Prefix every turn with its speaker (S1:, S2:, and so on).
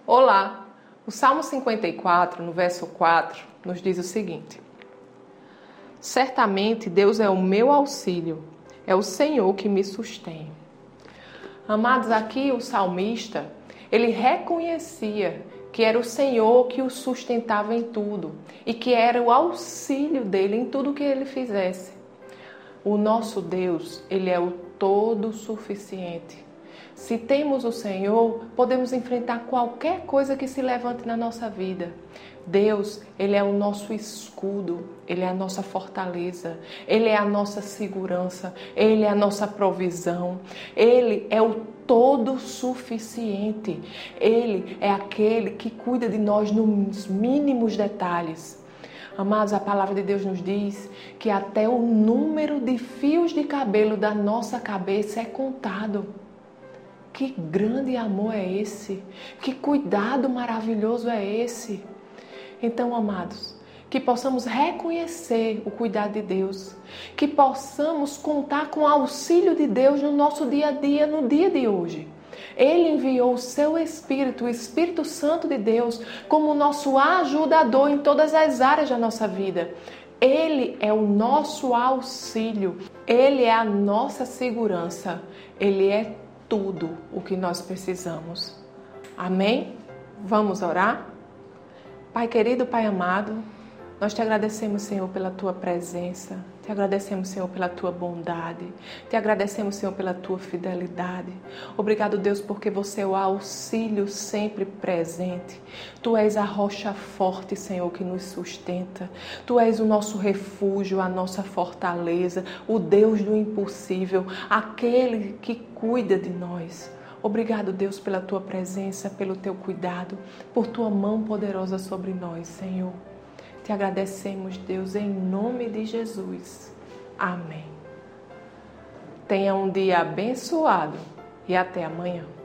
S1: Olá! O Salmo 54, no verso 4, nos diz o seguinte: certamente Deus é o meu auxílio, é o Senhor que me sustém. Amados, aqui o salmista, ele reconhecia que era o Senhor que o sustentava em tudo e que era o auxílio dele em tudo que ele fizesse. O nosso Deus, ele é o todo suficiente. Se temos o Senhor, podemos enfrentar qualquer coisa que se levante na nossa vida. Deus, Ele é o nosso escudo, Ele é a nossa fortaleza, Ele é a nossa segurança, Ele é a nossa provisão, Ele é o todo suficiente, Ele é aquele que cuida de nós nos mínimos detalhes. Amados, a palavra de Deus nos diz que até o número de fios de cabelo da nossa cabeça é contado. Que grande amor é esse? Que cuidado maravilhoso é esse? Então, amados, que possamos reconhecer o cuidado de Deus, que possamos contar com o auxílio de Deus no nosso dia a dia, no dia de hoje. Ele enviou o seu Espírito, o Espírito Santo de Deus, como nosso ajudador em todas as áreas da nossa vida. Ele é o nosso auxílio, Ele é a nossa segurança, Ele é tudo o que nós precisamos. Amém? Vamos orar? Pai querido, Pai amado, nós te agradecemos, Senhor, pela Tua presença. Te agradecemos, Senhor, pela Tua bondade. Te agradecemos, Senhor, pela Tua fidelidade. Obrigado, Deus, porque você é o auxílio sempre presente. Tu és a rocha forte, Senhor, que nos sustenta. Tu és o nosso refúgio, a nossa fortaleza, o Deus do impossível, aquele que cuida de nós. Obrigado, Deus, pela Tua presença, pelo Teu cuidado, por Tua mão poderosa sobre nós, Senhor. Te agradecemos, Deus, em nome de Jesus. Amém. Tenha um dia abençoado e até amanhã.